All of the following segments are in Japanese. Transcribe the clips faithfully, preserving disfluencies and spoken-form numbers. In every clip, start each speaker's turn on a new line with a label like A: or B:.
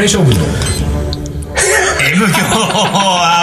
A: 勝負の
B: M 強ア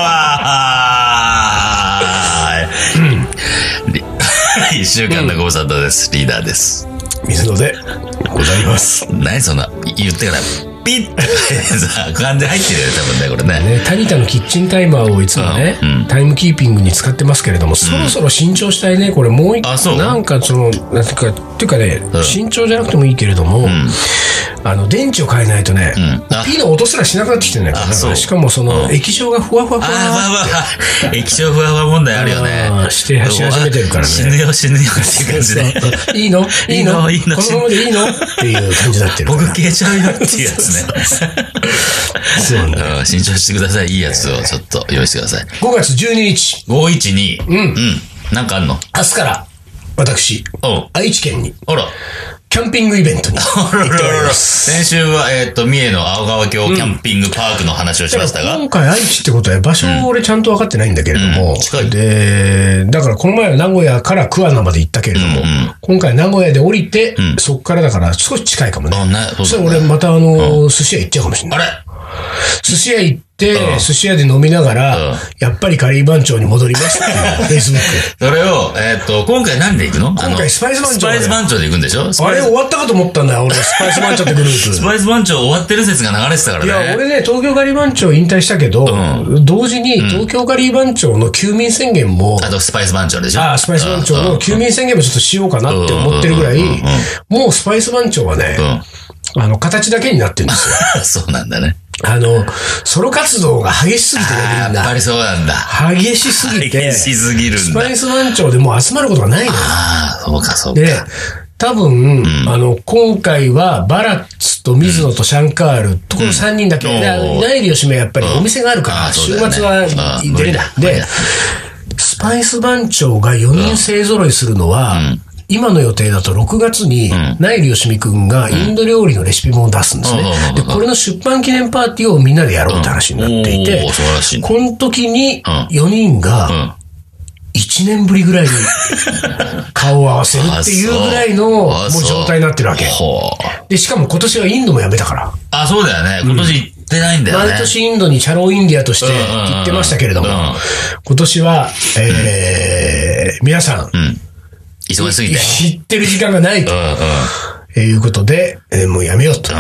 B: ワー、うん、いっしゅうかんのご無沙汰です、リーダーです。
A: 水野でございます。
B: 何そんな言ってからピッさ感じ入ってるよね、多分ね、これね。
A: ね、タニタのキッチンタイマーをいつもね、うんうん、タイムキーピングに使ってますけれども、うん、そろそろ新調したいね、これもう一個。なんかその、なんていうか、っていうかね、うん、新調じゃなくてもいいけれども、うん、あの、電池を変えないとね、うん、P の音すらしなくなってきてるんだよね。しかもその、うん、液晶がふわふわふわ
B: って。液晶ふわふわ問題あるよね。
A: してし始めてるからね。
B: 死ぬよ死ぬよっていう感じで。
A: そうそういいのいいのいいのこのままでいいのっていう感じになってる。
B: 僕消えちゃうよっていうやつね。そうなんだ。新調してください。いいやつをちょっと用意してください。
A: ごがつじゅうににち。
B: ごいちに。
A: うん。うん。
B: なんかあんの？
A: 明日から、私、愛知県に、
B: あら。
A: キャンピングイベントに行っております。
B: 先週は、えっと、三重の青川峡キャンピングパークの話をしましたが。
A: うん、今回愛知ってことは場所を俺ちゃんと分かってないんだけれども、うん、近い。で、だからこの前は名古屋から桑名まで行ったけれども、うんうん、今回名古屋で降りて、うん、そこからだから少し近いかもね。あ、ね、そうだね。そしたら俺またあの、うん、寿司屋行っちゃうかもしれない。
B: あれ
A: 寿司屋行って、うん、寿司屋で飲みながら、うん、やっぱりカリー番長に戻りますっていう、フェイスブック。
B: それを、えっと、今回何で行くの？
A: 今回スパイス番長。
B: スパイス番長で行くんでしょ？
A: あれ終わったかと思ったんだよ、俺。スパイス番長ってグループ。
B: スパイス番長終わってる説が流れてたからね。
A: いや、俺ね、東京カリー番長引退したけど、うん、同時に東京カリー番長の休眠宣言も、
B: あとスパイス番長でしょ？
A: ああ、スパイス番長の休眠宣言もちょっとしようかなって思ってるぐらい、もうスパイス番長はね、うん、あの、形だけになってるんですよ。
B: そうなんだね。
A: あの、ソロ活動が激しすぎてね、みんな。
B: やっぱりそうなんだ。
A: 激しすぎて。
B: 激しすぎるんだ。
A: スパイス番長でもう集まることがないの。
B: ああ、そうか、そうか。
A: で、多分、うん、あの、今回はバラッツと水野とシャンカールとこのさんにんだけ。ナイリを締めやっぱりお店があるから、週末は出れない。で、スパイス番長がよにん勢揃いするのは、うん今の予定だとろくがつに、ナイルヨシミくんがインド料理のレシピ本を出すんですね。で、これの出版記念パーティーをみんなでやろうって話になっていて、この時によにんがいちねんぶりぐらいに顔を合わせるっていうぐらいのもう状態になってるわけ。で、しかも今年はインドもやめたから。
B: あ、そうだよね。今年行ってないんだよね。
A: 毎年インドにチャローインディアとして行ってましたけれども、今年は、えー、皆さん、
B: 忙しすぎて。
A: 知ってる時間がないと。うんうん、えー、いうことで、えー、もうやめようと。うん、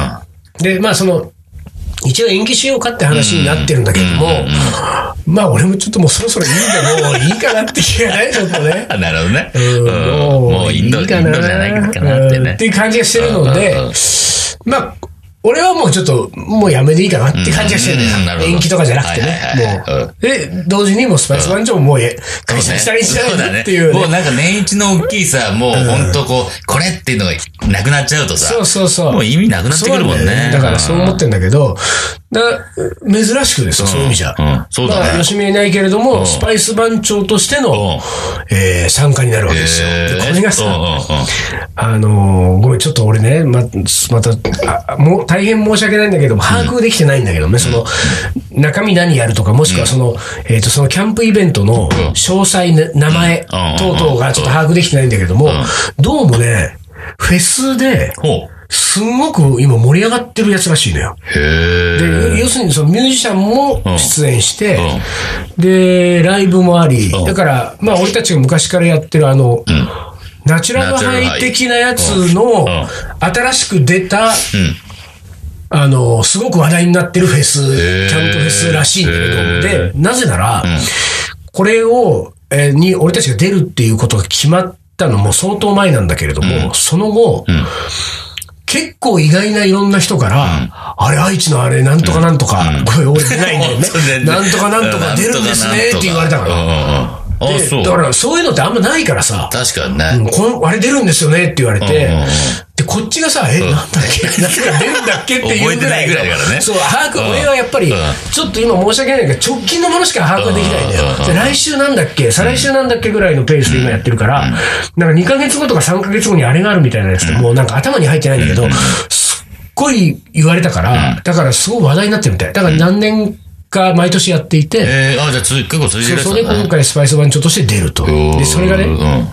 A: で、まあその、一応延期しようかって話になってるんだけども、うんうんうん、まあ俺もちょっともうそろそろいいんだ、もういいかなって気がないちょっとね。
B: なるほどね。
A: うん、もう、
B: もうインド、インドじゃないかなってね。
A: っていう感じがしてるので、うんうん、まあ、俺はもうちょっと、もうやめでいいかなって感じがしてるんだよ。延期とかじゃなくてね。もう。で、同時にもうスパイス番長ももう開催したりしないっていう。
B: もうなんか年一の大きいさ、もうほんとこう、これっていうのがなくなっちゃうとさ。
A: そうそうそう。
B: もう意味なくなってくるもんね。
A: だからそう思ってんだけど、だ珍しくですよ、そういう意味じゃ。
B: そうだね。
A: まあ、よしみいないけれども、スパイス番長としての参加になるわけですよ。これがさ、あの、ごめん、ちょっと俺ね、また、もう大変申し訳ないんだけど、把握できてないんだけどね、その、中身何やるとか、もしくはその、えっと、そのキャンプイベントの詳細、名前等々がちょっと把握できてないんだけども、どうもね、フェスで、すんごく今盛り上がってるやつらしいのよ。
B: へ
A: で、要するにそのミュージシャンも出演して、うん、で、ライブもあり、うん、だから、まあ俺たちが昔からやってるあの、うん、ナチュラルハイ的なやつの新しく出た、うん、あの、すごく話題になってるフェス、キャンプフェスらしいんだけど、で、なぜなら、うん、これを、えー、に俺たちが出るっていうことが決まったのも相当前なんだけれども、うん、その後、うん結構意外ないろんな人から、うん、あれ、愛知のあれ、なんとかなんとか、うん、これ俺出ないんだよね。なんとかなんとか出るんですねって言われたから。で、そうだからそういうのってあんまないからさ。
B: 確かにね。
A: うん、この、あれ出るんですよねって言われて、うんうんうん、で、こっちがさ、え、なんだっけなんか出るんだっけっていうぐらい。
B: 覚えてないぐらいからね。
A: そう、把握、うん、俺はやっぱり、ちょっと今申し訳ないけど、直近のものしか把握できないんだよ。で、来週なんだっけ再来週なんだっけぐらいのペースで今やってるから、うん、なんかにかげつごとかさんかげつごにあれがあるみたいなやつって、もうなんか頭に入ってないんだけど、うん、すっごい言われたから、だからすごい話題になってるみたい。だから何年が毎年やっていて、
B: えー、あ、じゃあ結構続いてるやつだね。
A: それで今回スパイス番長として出ると。で、それがね、うん、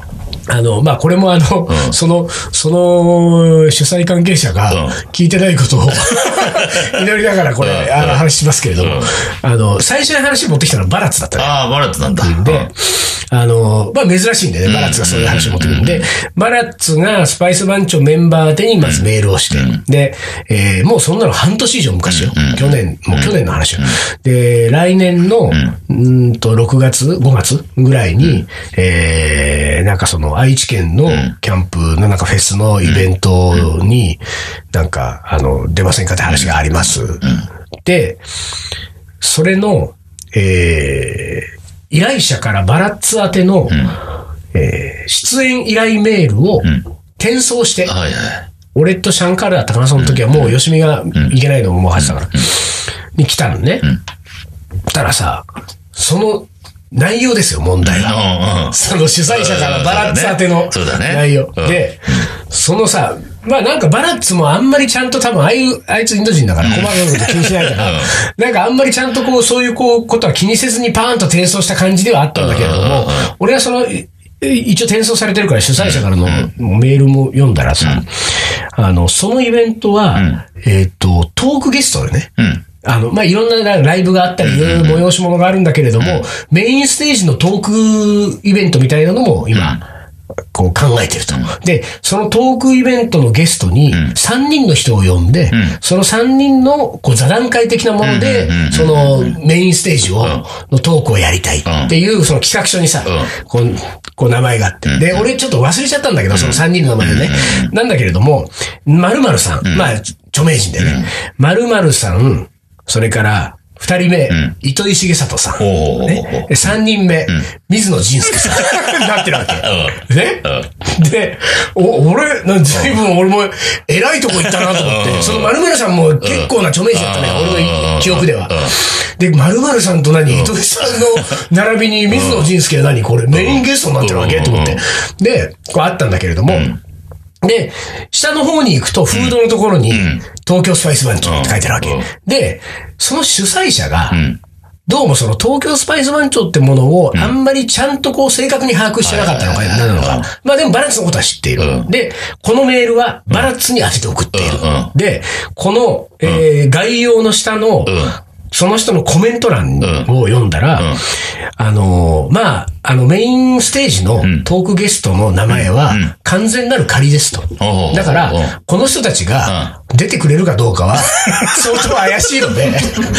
A: あの、まあ、これもあの、うん、その、その、主催関係者が聞いてないことを、うん、祈りながらこれ、うん、あの話しますけれども、うん、あの、最初に話持ってきたのはバラッツだったね。
B: ああ、バラッツなんだ。
A: で、うん、あの、まあ、珍しいんでね、バラッツがそういう話を持ってくるんで、うん、バラッツがスパイス番長メンバー宛てにまずメールをして、うん、で、えー、もうそんなの半年以上昔よ。うん、去年、もう去年の話よ。うん、で、来年の、うん、んと、ろくがつ、ごがつぐらいに、うん、えー、なんかその、愛知県のキャンプのなんかフェスのイベントに、なんか、あの、出ませんかって話があります。で、それの、えー、依頼者からバラッツ宛ての、えー、出演依頼メールを転送して、俺とシャンカールだったかな、その時はもう吉見がいけないのももう始めたから、に来たのね。たらさ、その、内容ですよ、問題が。うんうん、その主催者からバラッツ宛ての内容。ねねうん、で、そのさ、まあなんかバラッツもあんまりちゃんと多分ああいう、あいつインド人だから細かいこと気にしないから、うん、なんかあんまりちゃんとこう、そういうこう、ことは気にせずにパーンと転送した感じではあったんだけれども、俺はその、一応転送されてるから主催者からのメールも読んだらさ、うん、あの、そのイベントは、うん、えっと、トークゲストでね、うんあの、まあ、いろんなライブがあったり、いろいろ催し物があるんだけれども、うん、メインステージのトークイベントみたいなのも今、うん、こう考えてると、うん。で、そのトークイベントのゲストにさんにんの人を呼んで、うん、そのさんにんのこう座談会的なもので、そのメインステージを、うん、のトークをやりたいっていう、その企画書にさ、うん、こう、こう名前があって。で、俺ちょっと忘れちゃったんだけど、そのさんにんの名前でね。なんだけれども、〇〇さん、まあ、著名人でね、〇〇さん、それから、二人目、うん、糸井重里さん。ね、三人目、うん、水野仁介さん。なってるわけ。ね、うん、で、お、俺、ずいぶん俺も偉いとこ行ったなと思って、その〇〇さんも結構な著名人だったね、俺の記憶では。で、〇〇さんと何、糸井さんの並びに水野仁介は何これ、メインゲストになってるわけと思って。で、こうあったんだけれども、で、下の方に行くと、フードのところに、東京スパイス番長って書いてあるわけ。で、その主催者が、どうもその東京スパイス番長ってものを、あんまりちゃんとこう正確に把握してなかったのか、なのか。まあでもバラッツのことは知っている。で、このメールはバラッツに当てて送っている。で、この、えー、概要の下の、その人のコメント欄を読んだら、うんうん、あの、まあ、あのメインステージのトークゲストの名前は完全なる仮ですと。うん、だから、この人たちが出てくれるかどうかは相当怪しいので、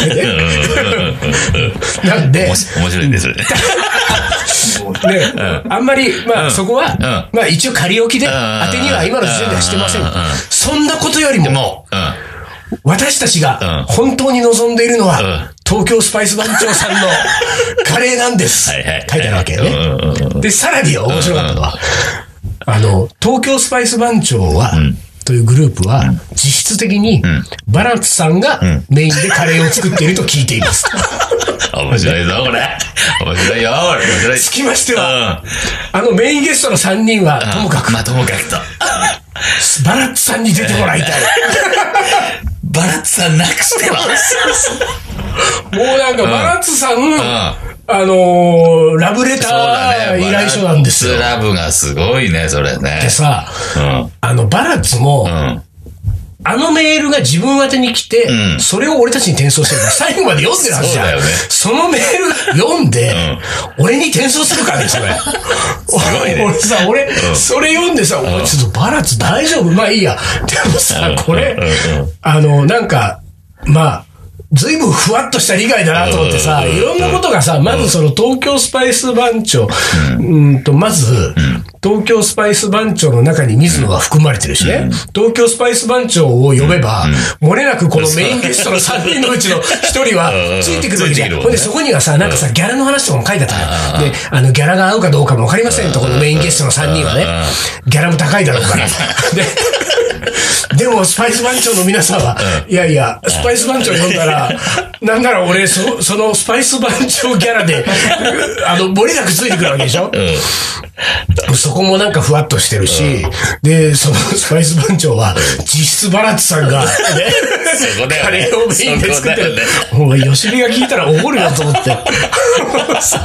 A: なんで、
B: 面白いね、それ。
A: ね、うん、あんまり、まあ、うん、そこは、うん、まあ一応仮置きで、当てには今の時点ではしてません。そんなことよりも、も私たちが本当に望んでいるのは、うん、東京スパイス番長さんのカレーなんです。書いてあるわけよね。で、さらに面白かったのは、あの、東京スパイス番長は、うん、というグループは、実質的に、バランツさんがメインでカレーを作っていると聞いています。
B: 面白いぞ、これ。面白いよ、これ。面白い。
A: つきましては、うん、あのメインゲストのさんにんは、ともかく。
B: まあ、ともかくと。
A: バラッツさんに出てもらいたい。
B: バラッツさんなくしては。
A: もうなんかバラッツさん、うんうん、あのー、ラブレター依頼書なんですよ。
B: バラッツラブがすごいね、それね。
A: でさ、うん、あのバラッツも、うんあのメールが自分宛てに来て、うん、それを俺たちに転送してるから、最後まで読んでるはずじゃん。そうだよね。そのメール読んで、うん、俺に転送するからね、それ。すごいね。俺さ、俺、うん、それ読んでさ、うん、ちょっとバラッツ大丈夫まあいいや。でもさ、これ、あの、なんか、まあ、ずいぶんふわっとした理解だなと思ってさ、いろんなことがさ、まずその東京スパイス番長、うんと、まず、東京スパイス番長の中に水野が含まれてるしね、東京スパイス番長を呼べば、漏れなくこのメインゲストのさんにんのうちのひとりはついてくるわけじゃん。ほんでそこにはさ、なんかさ、ギャラの話とかも書いてあったの。で、あの、ギャラが合うかどうかもわかりませんと、このメインゲストのさんにんはね、ギャラも高いだろうから。ででも、スパイス番長の皆さんは、いやいや、スパイス番長呼んだら、なんなら俺、そ、そのスパイス番長ギャラで、あの、漏れなくついてくるわけでしょ、うん、そこもなんかふわっとしてるし、うん、で、そのスパイス番長は、実質バラッツさんが、ね、カレーをメインで作ってる。もう、吉見が聞いたら怒るよと思って。さ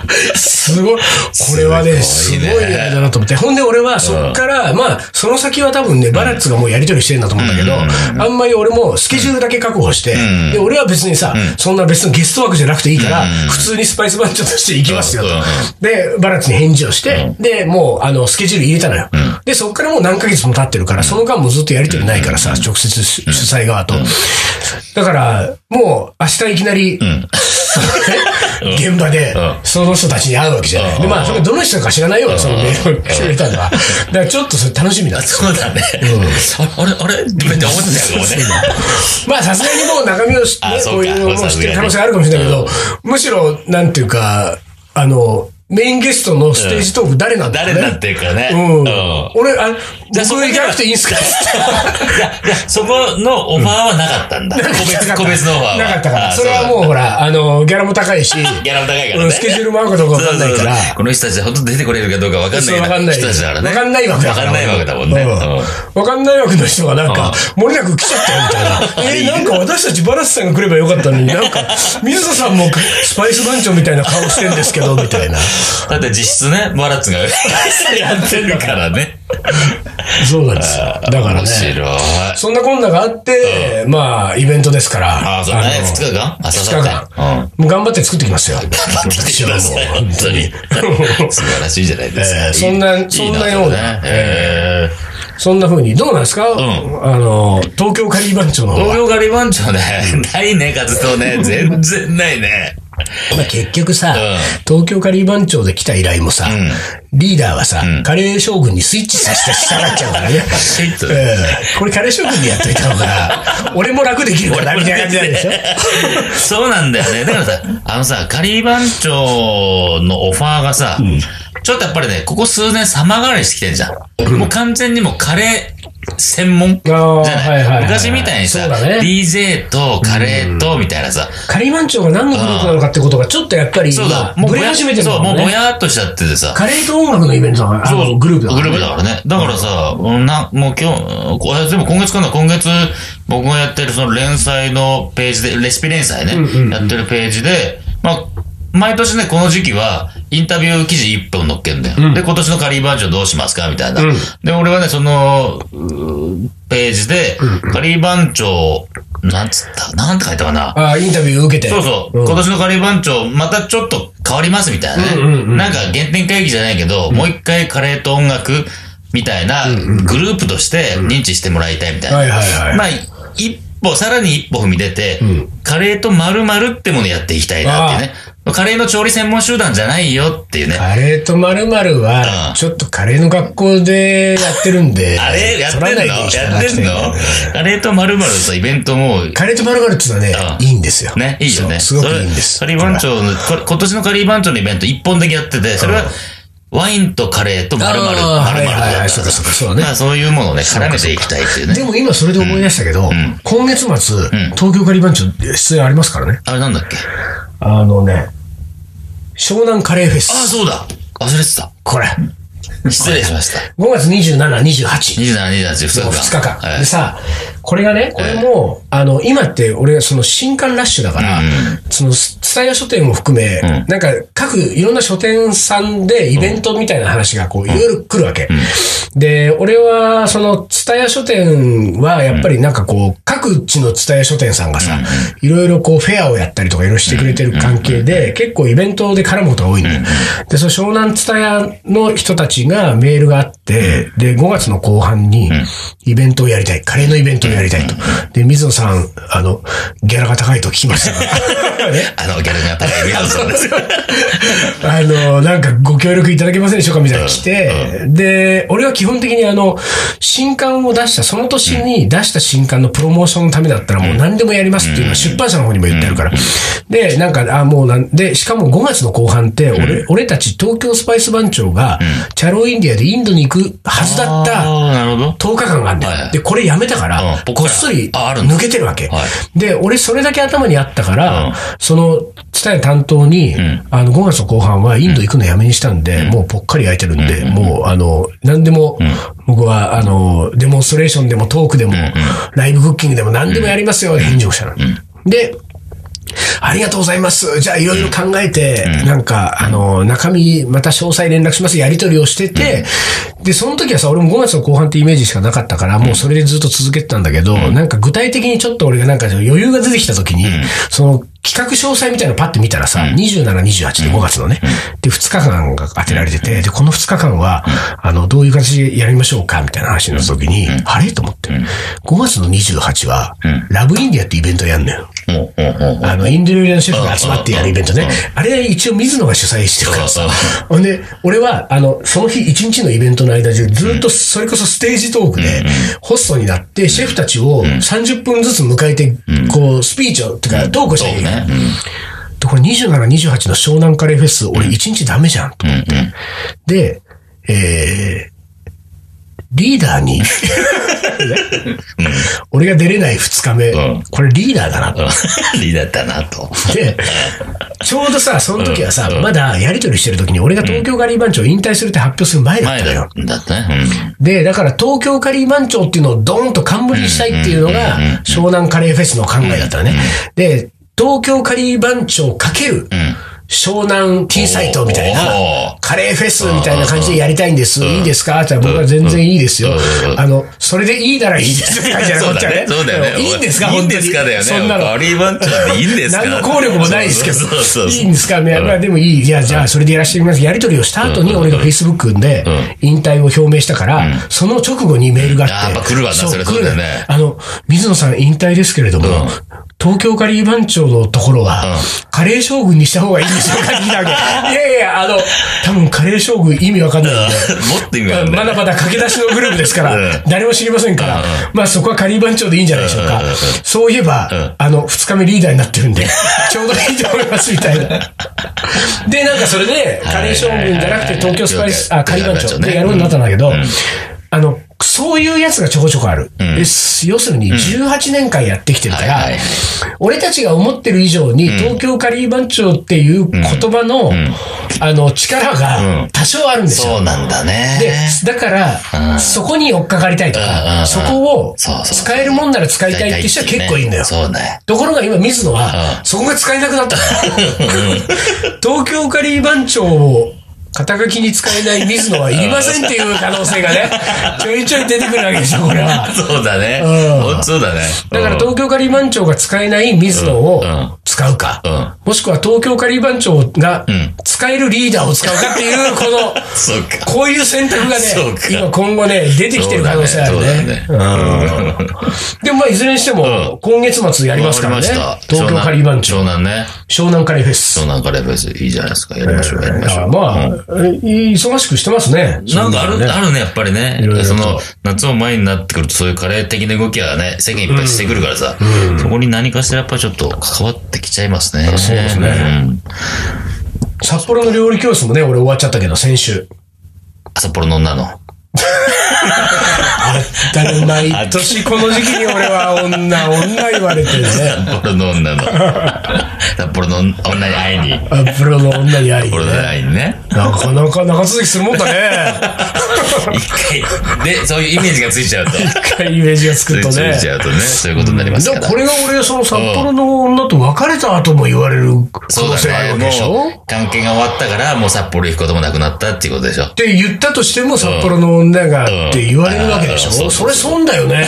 A: すごい。これはね、すごいねだなと思って。ほんで俺はそっから、まあ、その先は多分ね、バラッツがもうやり取りしてるんだと思うんだけど、あんまり俺もスケジュールだけ確保して、で、俺は別にさ、そんな別のゲスト枠じゃなくていいから、普通にスパイス番長として行きますよと。で、バラッツに返事をして、で、もう、あの、スケジュール入れたのよ。で、そっからもう何ヶ月も経ってるから、その間もずっとやり取りないからさ、直接主催側と。だから、もう、明日いきなり、現場で、その人たちに会うわけじゃない。で、まあ、それどの人か知らないような、そのメールをくれたのは。だからちょっとそれ楽しみだ。
B: そうだね。あれ、あれって思ってたよね。
A: まあ、さすがにもう中身を知って、こういうのも知ってる可能性あるかもしれないけど、むしろ、なんていうか、あの、メインゲストのステージトーク誰なんだろうね。
B: 誰なんていうかね。
A: うん。俺、あ、じゃあそこ行かなくていいんすか？い
B: や、いや、そこのオファーはなかったんだ。個別、個別のオファーは。
A: なかったから。それはもうほら、あの、ギャラも高いし。ギ
B: ャラも高いからね。
A: スケジュールも合うかどうかわかんないから。
B: この人たち本当出てこれるかどうかわかんない
A: わかんない人
B: たちだからね。
A: わかんないわけだから。
B: わかんないわけだもんね。
A: わかんないわけの人がなんか、漏れなく来ちゃったよみたいな。え、なんか私たちバラスさんが来ればよかったのに、なんか、水田さんもスパイス番長みたいな顔してんですけど、みたいな。
B: だって実質ね、バラッツがやってるからね。
A: そうなんですよ。だからね。そんなこんながあって、まあ、イベントですから。
B: ああ、そうね。二日間
A: 二日間。もう頑張って作ってきますよ。
B: 頑張ってきてください。本当に。素晴らしいじゃないですか。
A: そんな、そんなような。そんな風に。どうなんですかあの、東京カリー番長の方は。
B: 東京カリー番長ね。ないね、活動ね。全然ないね。
A: まあ結局さ、うん、東京カリー番長で来た依頼もさ、うん、リーダーはさ、うん、カレー将軍にスイッチさせて従っちゃうからね。うん、これカレー将軍にやっといた方が、俺も楽できるからみたいな感じなんでしょ。
B: そうなんだよね。だからさ、あのさ、カリー番長のオファーがさ、うん、ちょっとやっぱりね、ここ数年様変わりしてきてるじゃん。うん、もう完全にもうカレー、専門じゃない、はいはい、昔みたいにさ、ね、ディージェー とカレーとみたいなさ、
A: カリー番長が何のグループなのかってことがちょっとやっぱり
B: そうだ、
A: もうブレ始めてる
B: もんね。そう、もうぼやっとしちゃっててさ。
A: カレーと音楽のイベントだから、そう、グループだからね。
B: グループだからね。だからさ、な、もう今日、でも今月かな、今月僕がやってるその連載のページで、レシピ連載ね、うんうんうん、やってるページで、まあ、毎年ね、この時期は、インタビュー記事いっぽん載っけんだよ。うん、で、今年のカリー番長どうしますかみたいな、うん。で、俺はね、その、ページで、うん、カリー番長、なんつった、なんて書いたかな。
A: ああ、インタビュー受けて。
B: そうそう。うん、今年のカリー番長、またちょっと変わりますみたいなね。うんうんうん、なんか原点回帰じゃないけど、うん、もう一回カレーと音楽みたいなグループとして認知してもらいたいみたいな。
A: はいはいはい。
B: まあ、一歩、さらに一歩踏み出て、うん、カレーと〇〇ってものやっていきたいなっていうね。カレーの調理専門集団じゃないよっていうね。
A: カレーと〇〇は、ちょっとカレーの学校でやってるんで。
B: あれやってんのやってんのカレーと〇〇さ、イベントも。
A: カレーと〇〇っていうのはね、いいんですよ。
B: ね、いいよね。
A: すごくいいんです。
B: カリー番長の、今年のカリー番長のイベント一本だけやってて、それは、ワインとカレーと〇〇、〇〇だったら。
A: そうかそうか、そうね。
B: そういうものをね、絡めていきたいっていうね。
A: でも今それで思い出したけど、今月末、東京カリー番長出演ありますからね。
B: あれなんだっけ
A: あのね、湘南カレーフェス。
B: ああ、そうだ。忘れてた。
A: これ。
B: 失礼しました。
A: ごがつにじゅうしち、にじゅうはち。
B: にじゅうしち、にじゅうはち、ふつかかん。
A: ふつかかん。はい、でさ、これがね、これも、あの、今って俺、その新刊ラッシュだから、うん、その、蔦屋書店も含め、うん、なんか、各、いろんな書店さんでイベントみたいな話が、こう、いろいろ来るわけ。うん、で、俺は、その、蔦屋書店は、やっぱりなんかこう、各地の蔦屋書店さんがさ、いろいろこう、フェアをやったりとかいろいろしてくれてる関係で、結構イベントで絡むことが多いんだよ。で、その湘南蔦屋の人たちがメールがあって、で、ごがつの後半に、イベントをやりたい。カレーのイベントをやりたいと。で、水野さん、あの、ギャラが高いと聞きましたが。
B: あの、ギャラが高い水野さんですよ。
A: あの、なんかご協力いただけませんでしょうかみたいなの来て、で、俺は基本的にあの、新刊を出した、その年に出した新刊のプロモーションのためだったらもう何でもやりますっていうのは出版社の方にも言ってるから。で、なんか、あ、もうなんで、しかもごがつの後半って、俺、俺たち東京スパイス番長が、チャロインディアでインドに行くはずだったとおかかんがあるんだよ。で、これやめたから、こっそり抜けてるわけ。で、俺それだけ頭にあったから、その、伝え担当に、あの、ごがつの後半はインド行くのやめにしたんで、もうぽっかり空いてるんで、もう、あの、何でも、僕は、あの、デモンストレーションでもトークでも、ライブクッキングでも何でもやりますよ、返事をしたの。で、 ありがとうございます。じゃあいろいろ考えて、うん、なんか、あの、中身、また詳細連絡します。やり取りをしてて、うん、で、その時はさ、俺もごがつの後半ってイメージしかなかったから、もうそれでずっと続けてたんだけど、うん、なんか具体的にちょっと俺がなんか余裕が出てきた時に、うん、その、企画詳細みたいなのパッて見たらさ、うん、にじゅうしち、にじゅうはちでごがつのね、うん、で、ふつかかんが当てられてて、で、このふつかかんは、うん、あの、どういう形でやりましょうかみたいな話になった時に、うん、あれと思って、うん、ごがつのにじゅうはちは、うん、ラブインディアってイベントやんのよ。うん、あの、インド料理のシェフが集まってやるイベントね。あれ一応水野が主催してるからさ。ほんで、俺は、あの、その日一日のイベントの間中、ずっとそれこそステージトークで、ホストになって、シェフたちをさんじゅっぷんずつ迎えて、こう、スピーチを、とか、トークしてる。で、これにじゅうしち、にじゅうはちの湘南カレーフェス、俺一日ダメじゃん、と思って。で、えー、リーダーに、ねうん、俺が出れないふつかめ、うん、これリーダーだなと。
B: リーダーだなと。
A: で、ちょうどさ、その時はさ、うん、まだやり取りしてる時に俺が東京カリー番長を引退するって発表する前だったのよ。
B: 前だったね。
A: うん、で、だから東京カリー番長っていうのをドーンと冠にしたいっていうのが、湘南カレーフェスの考えだったのね。で、東京カリー番長かける、うん湘南 T サイトみたいな、カレーフェスみたいな感じでやりたいんです。いいですかって言ったら僕は全然いいですよ。あの、それでいいならいいですって感じじゃなくてね。
B: そうだよね。
A: いいんですか
B: いいんですかだよね。
A: そんなの。
B: カリー番長でいいんですか
A: 何の効力もないですけど。いいんですかまあでもいい。じゃあ、じゃあ、それでやらせてみます。やり取りをした後に俺が Facebook で引退を表明したから、その直後にメールがあって。
B: あ、やっぱ来るわな、それそうだよね。
A: あの、水野さん引退ですけれども、東京カリー番長のところは、カレー将軍にした方がいいんでしょうかって聞いたわけ。いやいや、あの、多分カレー将軍意味わかんないんで。
B: もっと意味わかんない。
A: まだまだ駆け出しのグループですから、誰も知りませんから、まあそこはカリー番長でいいんじゃないでしょうか。そういえば、あの、二日目リーダーになってるんで、ちょうどいいと思いますみたいな。で、なんかそれで、カレー将軍じゃなくて東京スパイス、あ、カリー番長でやるようになったんだけど、あの、そういうやつがちょこちょこある。うん、要するにじゅうはちねんかんやってきてるから、俺たちが思ってる以上に東京カリー番長っていう言葉の、うん、あの、力が多少あるんですよ。
B: そうなんだね。
A: で、だから、うん、そこに追っかかりたいとか、うん、そこを使えるもんなら使いたいっていう人は結構いいんだよ。
B: そうね。
A: ところが今、水野は、そこが使えなくなった。東京カリー番長を肩書きに使えない水野はいりませんっていう可能性がね、ちょいちょい出てくるわけでしょ、これは。
B: そうだね。うん。そうだね。
A: だから東京カリー番長が使えない水野を使うか、うんうん、もしくは東京カリー番長が使えるリーダーを使うかっていう、この、そうかこういう選択がね、今今後ね、出てきてる可能性あるね。そうだね。うん。でもまあ、いずれにしても、今月末やりますからね。東京カリー番長。
B: 湘南ね。
A: 湘南カレーフェス。
B: 湘南カレーフェス。いいじゃないですか。やりましょう、やりましょう。
A: まあ、忙しくしてますね。
B: なんかある、ね、あるね、やっぱりね。その、夏を前になってくると、そういうカレー的な動きはね、世間いっぱいしてくるからさ、うん、そこに何かしらやっぱりちょっと関わってきちゃいますね。
A: そうですね。うん、札幌の料理教室もね、俺終わっちゃったけど、先週。
B: 札幌の女の。
A: あったね、毎年この時期に俺は女、女言われてるね。
B: 札幌の女の。札幌の女に会いに。
A: 札幌の女に会いに、ね。札
B: 幌の女に会いにね。
A: なかなか長続きするもんだね。
B: 一回、で、そういうイメージがついちゃうと。
A: 一回イメージがつくとね。つ
B: いちゃうとね、そういうことになりますから。
A: これが俺、その札幌の女と別れた後も言われる可能性があるわけでしょ。
B: もう関係が終わったから、もう札幌行くこともなくなったっていうことでしょ。
A: って言ったとしても、札幌の女がって言われるわけでしょ。うんうん、それ損だよね。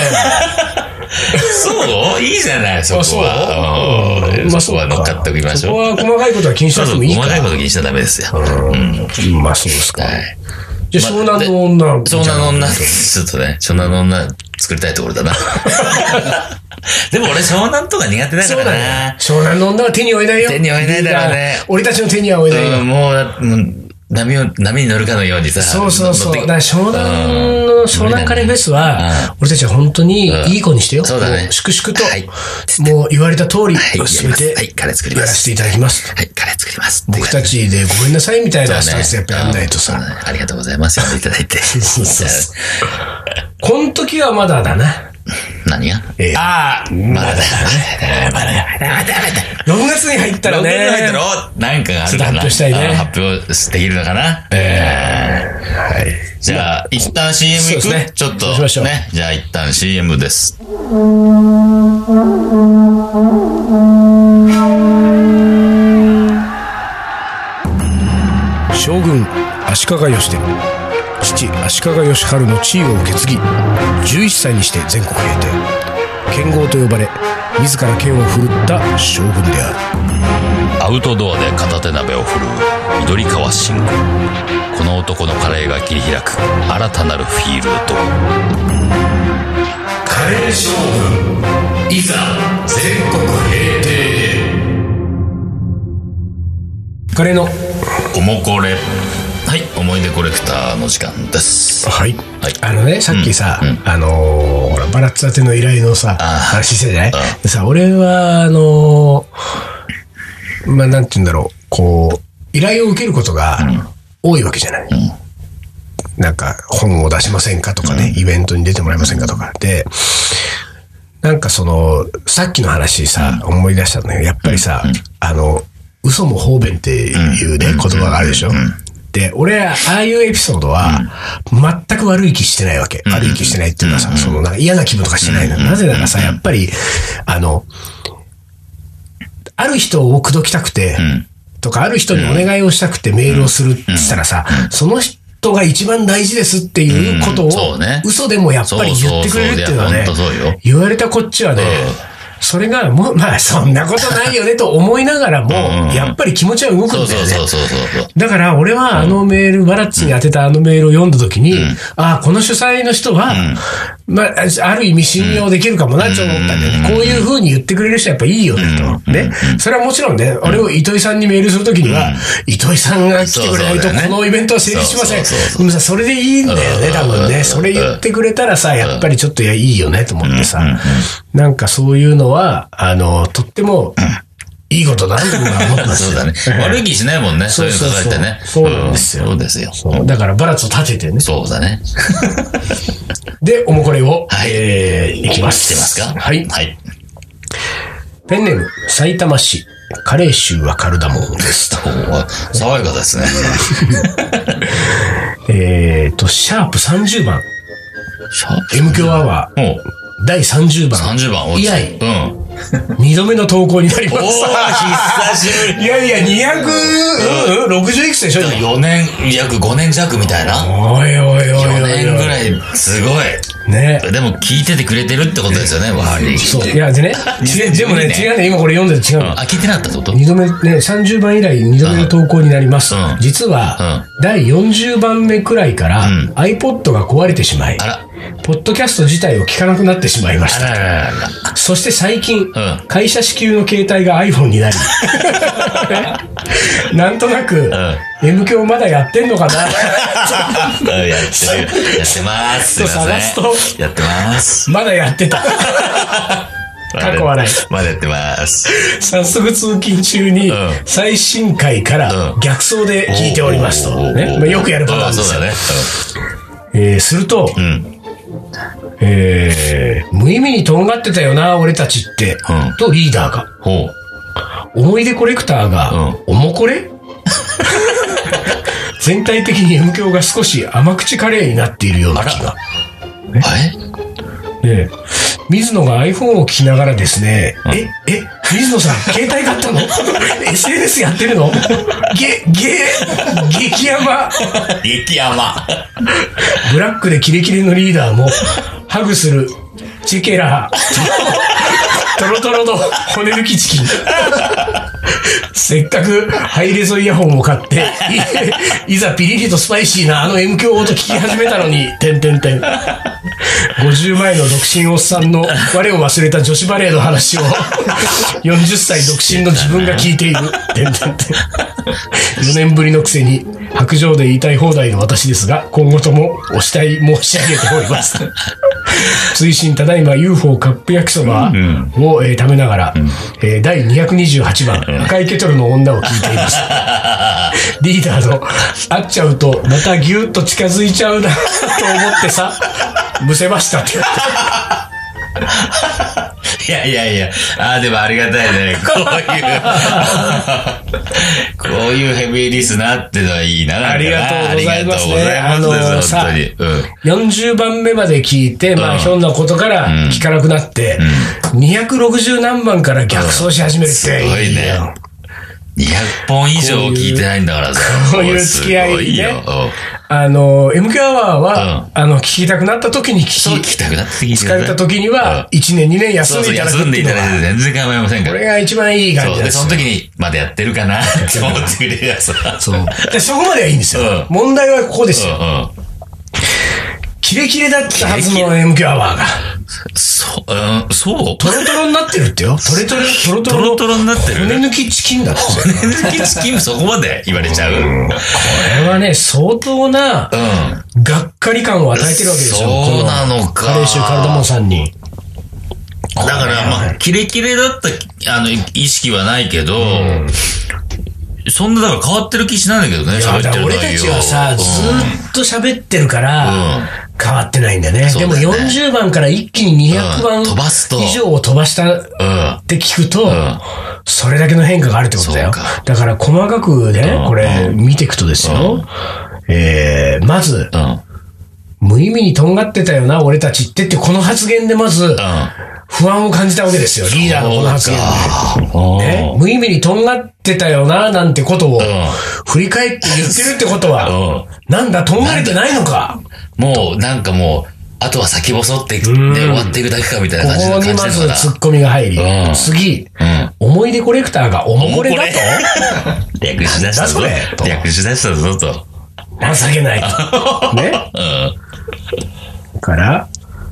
B: そういいじゃない、そこは。うん、まあ、そこは乗っかっておきましょう。
A: そこは細かいことは気にしなくてもいいから。
B: 細かいことは気にしちゃダメですよ。
A: うん。まあ、そうですか。はい。じゃあ、湘南の女。
B: 湘南の女、ちょっとね、湘南の女作りたいところだな。でも俺、湘南とか苦手だからな。
A: 湘南の女は手に負えないよ。
B: 手に負えないだろうね。
A: 俺たちの手には負えないよ。
B: もう、波を、波に乗るかのようにさ。
A: そうそうそう。だから湘南の、湘南カレーフェスは、俺たちは本当にいい子にしてよ。
B: そうだね。
A: 粛々と、もう言われた通り、進めて、
B: はい、カレー作ります。
A: やらせていただきます。
B: はい、カレー作ります。
A: 僕たちでごめんなさいみたいなスタンスやっぱやんないとさ。
B: ありがとうございます。やっていただいて。そうそうそう。
A: この時はまだだな。
B: 何が
A: えー、ああ、まだだね。まだだ。まだだ。ろくがつに入ったらね。ろくがつに入ったら、
B: 何かがあるかな。
A: 発表したいね。
B: 発表できるのかな。
A: ええー。はい。
B: じゃあ、一旦 シーエム 行くね。ちょっと。ね。じゃあ、一旦 シーエム です。
A: 将軍足利義輝、父足利義晴の地位を受け継ぎ、じゅういっさいにして全国平定、剣豪と呼ばれ自ら剣を振るった将軍である。
B: アウトドアで片手鍋を振るう緑川信吾。この男のカレーが切り開く新たなるフィールド。カレー将軍いざ全国平定。
A: カレーの
B: おもこれ。はい、思い出コレクターの時間です。
A: はい、
B: はい、
A: あのね、さっきさ、うんうん、あのー、ほらバラッツ宛ての依頼のさ話してたじゃない。でさ、俺はあのー、まあなんて言うんだろう、こう依頼を受けることが多いわけじゃない、うん、なんか本を出しませんかとかね、うん、イベントに出てもらえませんかとかで、なんかそのさっきの話さ、うん、思い出したんだけど、やっぱりさ、うん、あの嘘も方便っていうね、うん、言葉があるでしょ、うんうん、で、俺はああいうエピソードは全く悪い気してないわけ。うん、悪い気してないっていうかさ、うん、そのなんか嫌な気分とかしてないの。うん、なぜならさ、やっぱりあのある人を口説きたくて、うん、とかある人にお願いをしたくてメールをするって言ったらさ、うん、その人が一番大事ですっていうことを、うんね、嘘でもやっぱり言ってくれるっていうのはね、言われたこっちはね、うんそれがもう、まあそんなことないよねと思いながらも、やっぱり気持ちは動くんだよね。だから俺はあのメール、バラッツに当てたあのメールを読んだときに、うん、ああ、この主催の人は、うん、まあ、ある意味信用できるかもなって思ったんだよね。こういう風に言ってくれる人はやっぱいいよねと。ね。それはもちろんね、俺を糸井さんにメールするときには、糸井さんが来てくれないとこのイベントは成立しません。でもさ、それでいいんだよね、多分ね。それ言ってくれたらさ、やっぱりちょっといや、いいよねと思ってさ、なんかそういうのは、あの、とっても、いいことだなって僕は思ってますよ。そうだね。悪い気しないもんね。そういうの書いてね。そうなんですよ。そうですよ。だからバラッツを立ててね。そうだね。で、おもこれを、はい、えー、いきます。来てますか？はい。はい。ペンネーム、埼玉市、カレー臭はカルダモンです。爽やかですね。えーと、シャープさんじゅうばん。シャープ エム 響アワー。だいさんじゅうばん。さんじゅうばん、以来。うん。二度目の投稿になります。おー、久しぶり。いやいや、にひゃくろくじゅういくつでしょ？よねん、約ごねん弱みたいな。おいおいおいおい。よねんぐらい、すごい。ね。でも聞いててくれてるってことですよね、わり。そう。いや、でね、でもね、違うね、今これ読んでて違うの。あ、聞いてなかったってこと？二度目、ね、さんじゅうばん以来二度目の投稿になります。実は、だいよんじゅうばんめくらいから iPod が壊れてしまい、ポッドキャスト自体を聞かなくなってしまいました。そして最近、うん、会社支給の携帯が iPhone になり、なんとなく、うん、M 響まだやってんのかなやってる。やってます。すいません。探すと、やってます。まだやってた。過去はない。まだやってます。早速通勤中に、最新回から逆走で聞いておりますと。ね、まあ、よくやるパターンですよね。えー、すると、うんえー、無意味にとんがってたよな、俺たちって。うん、と、リーダーが。ほう思い出コレクターが、うん、おもこれ全体的に M 響が少し甘口カレーになっているような気が。ね、ねえ、水野が iPhone を聞きながらですね、うん、え、え、水野さん、携帯買ったのエスエヌエス やってるのげ、げ、激ヤバ。激ヤバ。ブラックでキレキレのリーダーも、ハグするチェケラー、トロトロの骨抜きチキン。せっかくハイレゾイヤホンを買って、い, いざピリリとスパイシーなあの M 響音聞き始めたのに、てんてんてん。ごじゅうまえの独身おっさんの我を忘れた女子バレーの話をよんじゅっさい独身の自分が聞いている。てんてんてん。よねんぶりのくせに白状で言いたい放題の私ですが、今後ともお慕い申し上げております。追伸ただいま ユーフォー カップ焼きそばを、えー、食べながら、うんえー、だいにひゃくにじゅうはちばん、うん、赤いケトルの女を聞いています。リーダーの会っちゃうとまたギュッと近づいちゃうなと思ってさ、むせましたって言って。いやいやいや、ああ、でもありがたいね。こういう、こういうヘビーリスナーってのはいいな。ありがとうございますね。あのさ、うん、よんじゅうばんめまで聞いて、まあ、ひょんなことから聞かなくなって、うん、にひゃくろくじゅうなんばんから逆走し始めるって、うん、すごいね。
B: にひゃくぽん以上聞いてないんだからさ。
A: こういう付き合いね。
B: すごいよ。
A: あの、エムケー アワーは、あの、聞きたくなった時に聞き、
B: そう聞きたくなって聞いて
A: 疲れた時には、いちねん、にねん休んでいただくっていうのは。
B: 休んでいただいて全然構いませんから。
A: これが一番いい感じです。
B: そうで、その時に、まだやってるかなって思ってくれるやつは。
A: そう。で、そこまではいいんですよ。問題はここですよ。キレキレだったはずの エムケー アワーが。
B: そう、うん、そう
A: トロトロになってるってよ。トレトレ、トロトロ。
B: トロトロになってる。
A: 骨抜きチキンだって。
B: 骨抜きチキンそこまで言われちゃう。こ
A: れはね、相当な、がっかり感を与えてるわけですよ。
B: そうなのか。
A: カレーシュカルダモンさんに。
B: だから、まあ、キレキレだった、あの、意識はないけど、そんな、だから変わってる気しないんだけどね、喋ってる内容。
A: 俺たちはさ、ずっと喋ってるから、変わってないんだね。でもよんじゅうばんから一気ににひゃくばん以上を飛ばしたって聞くと、それだけの変化があるってことだよ。だから細かくね、これ見ていくとですよ。えー、まず、無意味にとんがってたよな、俺たちってって、この発言でまず、不安を感じたわけですよ、リーダーのこの発言で。ね、無意味にとんがってたよな、なんてことを振り返って言ってるってことは、なんだ、とんがれてないのか。
B: もう、なんかもう、あとは先細って、ね、終わっていくだけかみたいな感じの感じ
A: ここにまずツッコミが入り、次、思い出コレクターがおもこれだと
B: 略し出したぞ。略し出したぞと。
A: 情けないと。ね。だから、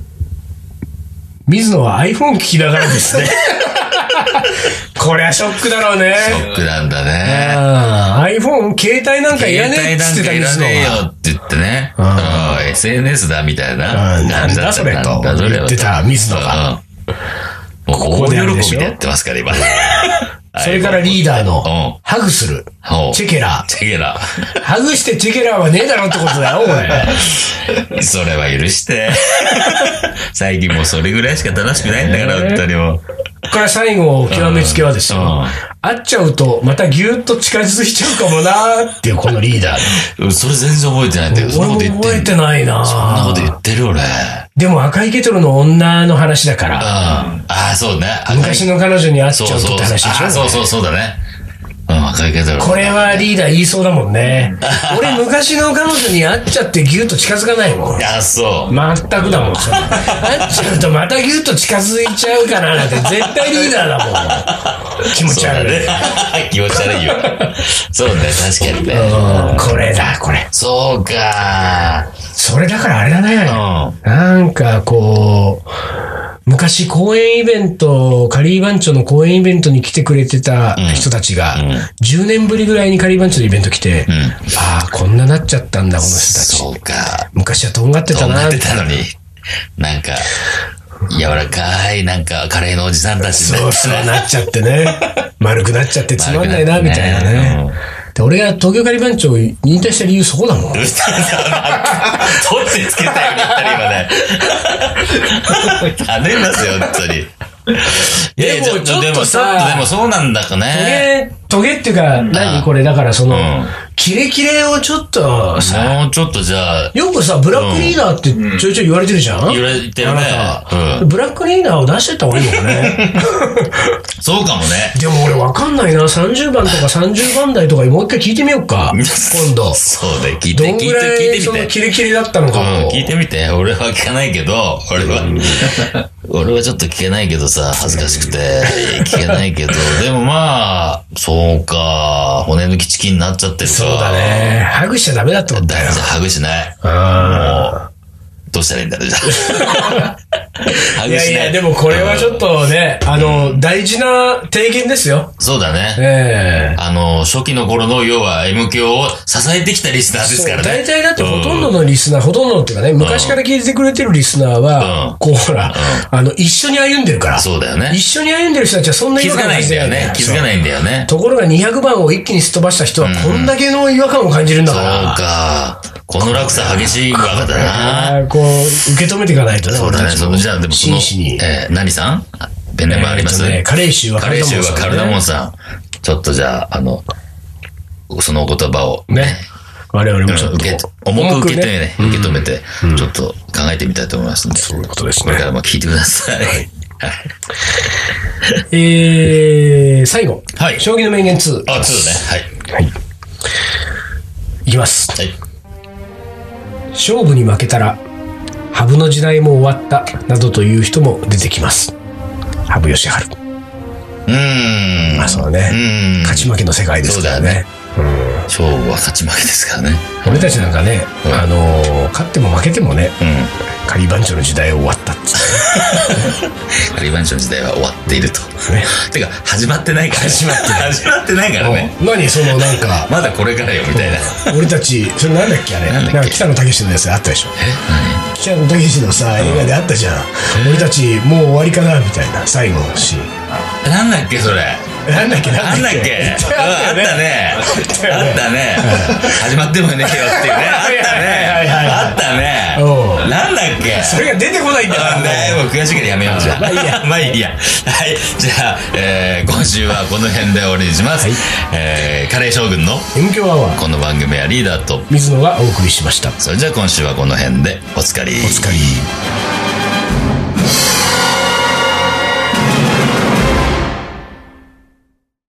A: 水野は iPhone 聞きながらですね。これはショックだろうね。
B: ショックなんだね。
A: iPhone、携帯なんかいらねえって言ってた水野は。
B: 携帯なんかいらねえよって言ってね。エスエヌエス だみたいな
A: なんだそれと言ってた水野が。
B: もうここで喜びでやってますから、今。
A: それからリーダーの、ハグする。チェケラ。
B: チェケラ。
A: ハグしてチェケラはねえだろってことだよ、こ
B: れ。それは許して。最近もうそれぐらいしか楽しくないんだから、本当にもう。
A: これ最後、極めつけはですよ。会っちゃうと、またぎゅっと近づいちゃうかもなーっていう、このリーダ
B: ー。それ全然覚えてないんだけど、
A: そんなこと言って覚えてないな
B: そんなこと言ってる俺。
A: でも赤いケトルの女の話だから。
B: ああ、そうね。
A: 昔の彼女に会っちゃうとって話でしょ。
B: そうそうそうだね。うん、赤いケトル。
A: これはリーダー言いそうだもんね。俺昔の彼女に会っちゃってギュッと近づかないもん。
B: いや、そう。
A: 全くだもん。会っちゃうとまたギュッと近づいちゃうかななんて絶対リーダーだもん。気持ち悪い。
B: 気持ち悪いよ。そうね、確かにね。
A: これだ、これ。
B: そうか。
A: それだからあれだね。なんかこう、昔公演イベント、カリー番長の公演イベントに来てくれてた人たちが、じゅうねんぶりぐらいにカリー番長のイベント来て、ああ、こんななっちゃったんだ、この人たち。
B: そうか。
A: 昔はとんがってたな。
B: とんがってたのに、なんか、柔らかい、なんか、カレーのおじさんたちに
A: そうそうなっちゃってね。丸くなっちゃってつまんないな、みたいなね。で俺が東京カリ番長を引退した理由そこだもん。取って
B: つけたように言ったら今ね。跳ねますよ、本当に。
A: でもちょっとさ、
B: でもそうなんだかね。
A: トゲ、トゲっていうか、何これ、だからその、キレキレをちょっとさ、
B: もうちょっとじゃあ。
A: よくさ、ブラックリーダーってちょいちょい言われてるじゃん、
B: 言われてるね。
A: ブラックリーダーを出してった方がいいのかね。
B: そうかもね。
A: でも俺わかんないな。さんじゅうばんとかさんじゅうばん台とかもう一回聞いてみようか。今度。
B: そうね、聞いて、聞いて、聞いてみて。どんぐらいその
A: キレキレだったのかも。
B: 聞いてみて。俺は聞かないけど、俺は、俺はちょっと聞けないけどさ、恥ずかしくて、聞けないけど、でもまあ、そうか、骨抜きチキンになっちゃってるか。
A: そうだね。ハグしちゃダメだってことだよ。
B: ハグしない。
A: もう、
B: どうしたらいいんだろう、じゃあ。
A: いやいや、でもこれはちょっとね、あの、大事な提言ですよ。
B: そうだね。
A: ええ。
B: あの、初期の頃の、要は エム 響を支えてきたリスナーですからね。
A: 大体だってほとんどのリスナー、ほとんどっていうかね、昔から聞いてくれてるリスナーは、こうほら、あの、一緒に歩んでるから。
B: そうだよね。
A: 一緒に歩んでる人たちはそんな違和感
B: 気づかないんだよね。気づかないんだよね。
A: ところがにひゃくばんを一気にすっ飛ばした人は、こんだけの違和感を感じるんだから。
B: そうか。この落差激しいわけだな。
A: こう、受け止めていかないとね。
B: そうだね。じゃあ、でもその、えー、何さんペンネームありますね。
A: カレー臭は
B: カレー臭はカルダモンさん。ちょっとじゃあ、あの、そのお言葉を。
A: ね。我々もちょっと。
B: 重く受けてね、受け止めて、ちょっと考えてみたいと思いますんで。
A: そういうことですね。
B: これからも聞いてください。はい。
A: えー、最後。
B: はい。
A: 将棋の名言ツー。
B: あ、ツーね。はい。
A: はい。いきます。
B: はい。
A: 勝負に負けたら、羽生の時代も終わった、などという人も出てきます。羽生善治。
B: うーん。
A: まあそうね。
B: うん。
A: 勝ち負けの世界ですからね。
B: そうだよね。勝負は勝ち負けですからね。
A: 俺たちなんかね、
B: うん、
A: あのー、勝っても負けてもね、
B: うん、
A: 仮番長の時代は終わったっつって
B: 仮番長の時代は終わっていると、ね、てか始まってないから
A: 始まってない
B: 始まってないからね。
A: 何そのなんか
B: まだこれからよみたいな
A: 俺たちそれなんだっけあれなんか北野武のやつあったでしょ。え何北野武のさ映画であったじゃん、うん、俺たちもう終わりかなみたいな最後のシーン。
B: なんだっけそれ。
A: なんだっけ
B: なんだっけあったねあったね始まってもねえよっていうねあったねあったねなんだっけ
A: それが出てこないんだよ。
B: もう悔しいからやめようじゃあ。まあいいやまあいいや。はいじゃあ、えー、今週はこの辺で終わりにします、はいえー、カレー将軍の
A: M 強アワー。
B: この番組はリーダーと
A: 水野がお送りしました。
B: それじゃあ今週はこの辺でおつかり
A: おつかり。